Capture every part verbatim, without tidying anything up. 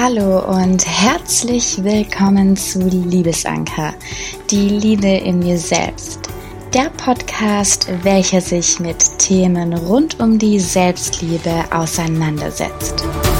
Hallo und herzlich willkommen zu Liebesanker, die Liebe in mir selbst. Der Podcast, welcher sich mit Themen rund um die Selbstliebe auseinandersetzt.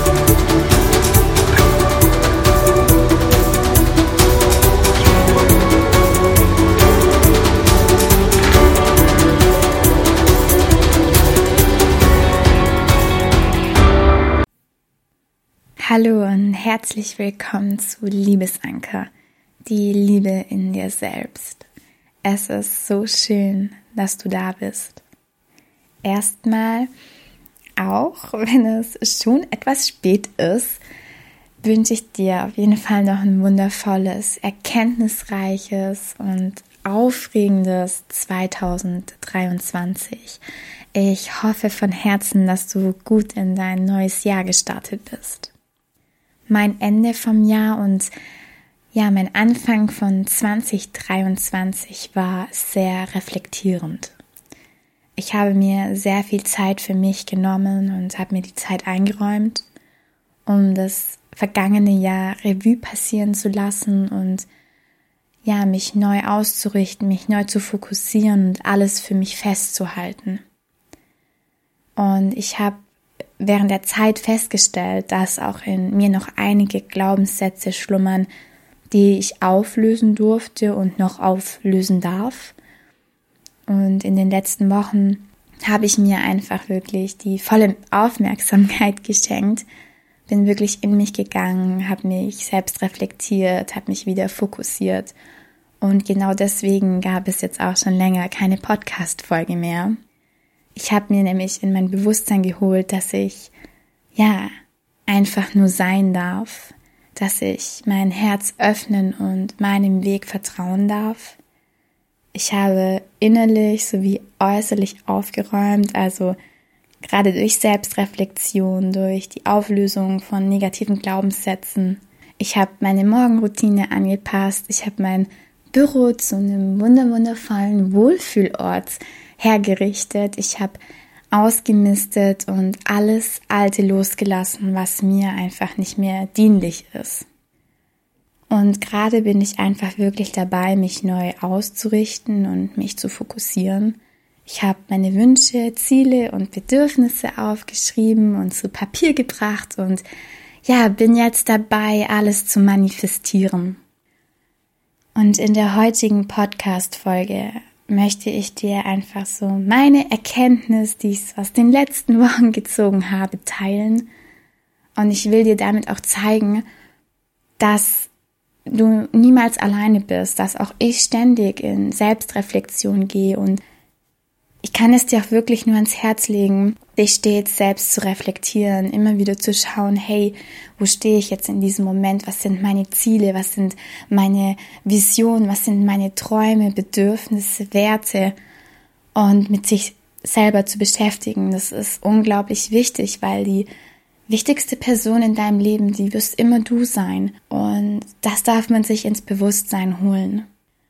Hallo und herzlich willkommen zu Liebesanker, die Liebe in dir selbst. Es ist so schön, dass du da bist. Erstmal, auch wenn es schon etwas spät ist, wünsche ich dir auf jeden Fall noch ein wundervolles, erkenntnisreiches und aufregendes zweitausenddreiundzwanzig. Ich hoffe von Herzen, dass du gut in dein neues Jahr gestartet bist. Mein Ende vom Jahr und ja, mein Anfang von zweitausenddreiundzwanzig war sehr reflektierend. Ich habe mir sehr viel Zeit für mich genommen und habe mir die Zeit eingeräumt, um das vergangene Jahr Revue passieren zu lassen und ja, mich neu auszurichten, mich neu zu fokussieren und alles für mich festzuhalten. Und ich habe während der Zeit festgestellt, dass auch in mir noch einige Glaubenssätze schlummern, die ich auflösen durfte und noch auflösen darf. Und in den letzten Wochen habe ich mir einfach wirklich die volle Aufmerksamkeit geschenkt, bin wirklich in mich gegangen, habe mich selbst reflektiert, habe mich wieder fokussiert. Und genau deswegen gab es jetzt auch schon länger keine Podcast-Folge mehr. Ich habe mir nämlich in mein Bewusstsein geholt, dass ich, ja, einfach nur sein darf, dass ich mein Herz öffnen und meinem Weg vertrauen darf. Ich habe innerlich sowie äußerlich aufgeräumt, also gerade durch Selbstreflexion, durch die Auflösung von negativen Glaubenssätzen. Ich habe meine Morgenroutine angepasst, ich habe mein Büro zu einem wunderwundervollen Wohlfühlort hergerichtet. Ich habe ausgemistet und alles Alte losgelassen, was mir einfach nicht mehr dienlich ist. Und gerade bin ich einfach wirklich dabei, mich neu auszurichten und mich zu fokussieren. Ich habe meine Wünsche, Ziele und Bedürfnisse aufgeschrieben und zu Papier gebracht und ja, bin jetzt dabei, alles zu manifestieren. Und in der heutigen Podcast-Folge möchte ich dir einfach so meine Erkenntnis, die ich aus den letzten Wochen gezogen habe, teilen. Und ich will dir damit auch zeigen, dass du niemals alleine bist, dass auch ich ständig in Selbstreflexion gehe und ich kann es dir auch wirklich nur ans Herz legen, dich stets selbst zu reflektieren, immer wieder zu schauen, hey, wo stehe ich jetzt in diesem Moment, was sind meine Ziele, was sind meine Visionen, was sind meine Träume, Bedürfnisse, Werte und mit sich selber zu beschäftigen. Das ist unglaublich wichtig, weil die wichtigste Person in deinem Leben, die wirst immer du sein und das darf man sich ins Bewusstsein holen.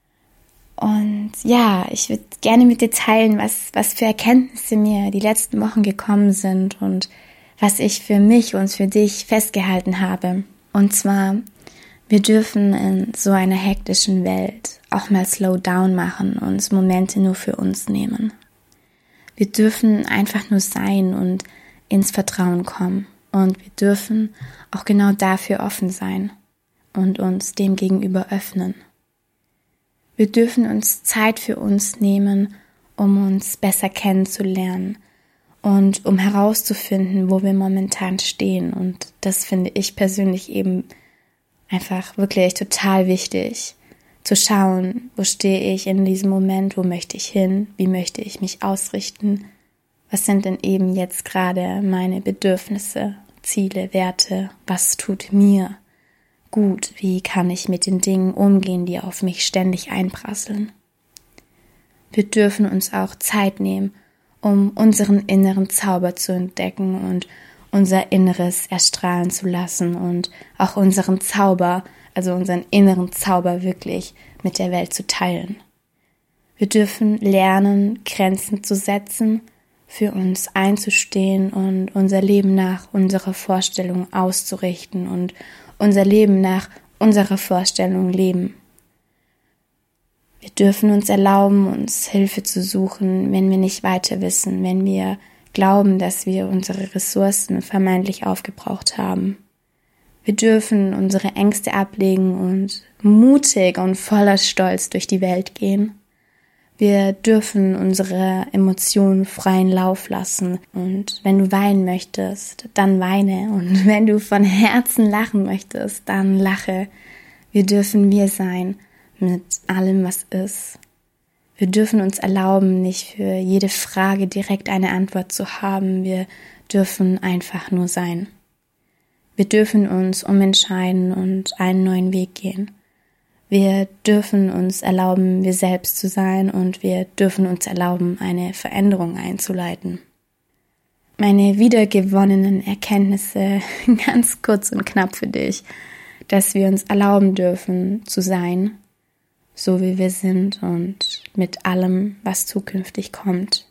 Und ja, ich würde gerne mit dir teilen, was, was für Erkenntnisse mir die letzten Wochen gekommen sind und was ich für mich und für dich festgehalten habe. Und zwar, wir dürfen in so einer hektischen Welt auch mal slow down machen und uns Momente nur für uns nehmen. Wir dürfen einfach nur sein und ins Vertrauen kommen. Und wir dürfen auch genau dafür offen sein und uns dem gegenüber öffnen. Wir dürfen uns Zeit für uns nehmen, um uns besser kennenzulernen und um herauszufinden, wo wir momentan stehen. Und das finde ich persönlich eben einfach wirklich total wichtig, zu schauen, wo stehe ich in diesem Moment, wo möchte ich hin, wie möchte ich mich ausrichten, was sind denn eben jetzt gerade meine Bedürfnisse, Ziele, Werte, was tut mir gut, wie kann ich mit den Dingen umgehen, die auf mich ständig einprasseln. Wir dürfen uns auch Zeit nehmen, um unseren inneren Zauber zu entdecken und unser Inneres erstrahlen zu lassen und auch unseren Zauber, also unseren inneren Zauber wirklich mit der Welt zu teilen. Wir dürfen lernen, Grenzen zu setzen, für uns einzustehen und unser Leben nach unserer Vorstellung auszurichten und unser Leben nach unserer Vorstellung leben. Wir dürfen uns erlauben, uns Hilfe zu suchen, wenn wir nicht weiter wissen, wenn wir glauben, dass wir unsere Ressourcen vermeintlich aufgebraucht haben. Wir dürfen unsere Ängste ablegen und mutig und voller Stolz durch die Welt gehen. Wir dürfen unsere Emotionen freien Lauf lassen und wenn du weinen möchtest, dann weine und wenn du von Herzen lachen möchtest, dann lache. Wir dürfen wir sein mit allem, was ist. Wir dürfen uns erlauben, nicht für jede Frage direkt eine Antwort zu haben. Wir dürfen einfach nur sein. Wir dürfen uns umentscheiden und einen neuen Weg gehen. Wir dürfen uns erlauben, wir selbst zu sein und wir dürfen uns erlauben, eine Veränderung einzuleiten. Meine wiedergewonnenen Erkenntnisse, ganz kurz und knapp für dich, dass wir uns erlauben dürfen zu sein, so wie wir sind und mit allem, was zukünftig kommt.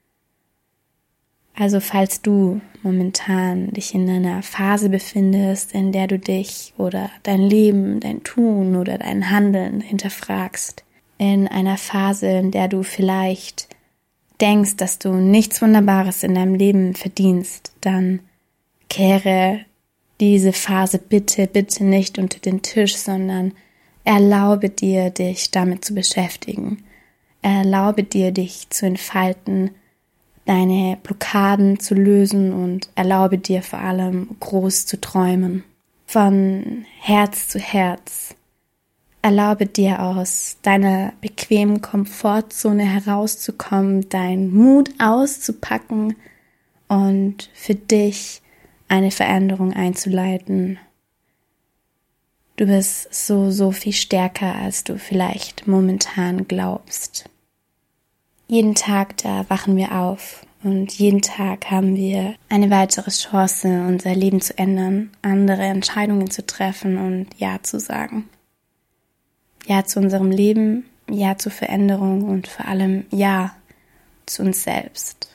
Also falls du momentan dich in einer Phase befindest, in der du dich oder dein Leben, dein Tun oder dein Handeln hinterfragst, in einer Phase, in der du vielleicht denkst, dass du nichts Wunderbares in deinem Leben verdienst, dann kehre diese Phase bitte, bitte nicht unter den Tisch, sondern erlaube dir, dich damit zu beschäftigen. Erlaube dir, dich zu entfalten, deine Blockaden zu lösen und erlaube dir vor allem groß zu träumen. Von Herz zu Herz. Erlaube dir aus deiner bequemen Komfortzone herauszukommen, deinen Mut auszupacken und für dich eine Veränderung einzuleiten. Du bist so, so viel stärker, als du vielleicht momentan glaubst. Jeden Tag, da wachen wir auf und jeden Tag haben wir eine weitere Chance, unser Leben zu ändern, andere Entscheidungen zu treffen und Ja zu sagen. Ja zu unserem Leben, Ja zur Veränderung und vor allem Ja zu uns selbst.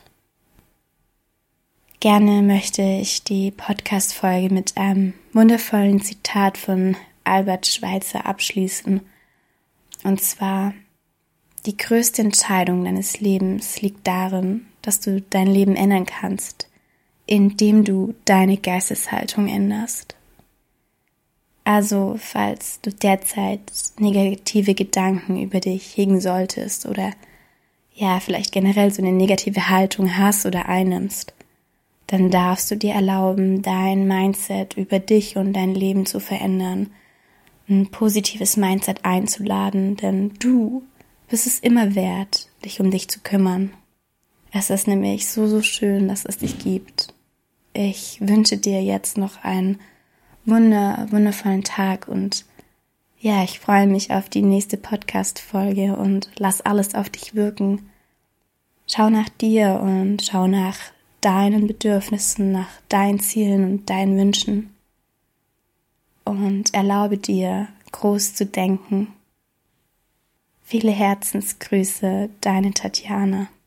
Gerne möchte ich die Podcast-Folge mit einem wundervollen Zitat von Albert Schweitzer abschließen. Und zwar: Die größte Entscheidung deines Lebens liegt darin, dass du dein Leben ändern kannst, indem du deine Geisteshaltung änderst. Also, falls du derzeit negative Gedanken über dich hegen solltest oder ja, vielleicht generell so eine negative Haltung hast oder einnimmst, dann darfst du dir erlauben, dein Mindset über dich und dein Leben zu verändern, ein positives Mindset einzuladen, denn du bist es immer wert, dich um dich zu kümmern. Es ist nämlich so, so schön, dass es dich gibt. Ich wünsche dir jetzt noch einen wunder, wundervollen Tag und ja, ich freue mich auf die nächste Podcast-Folge und lass alles auf dich wirken. Schau nach dir und schau nach deinen Bedürfnissen, nach deinen Zielen und deinen Wünschen und erlaube dir, groß zu denken. Viele Herzensgrüße, deine Tatjana.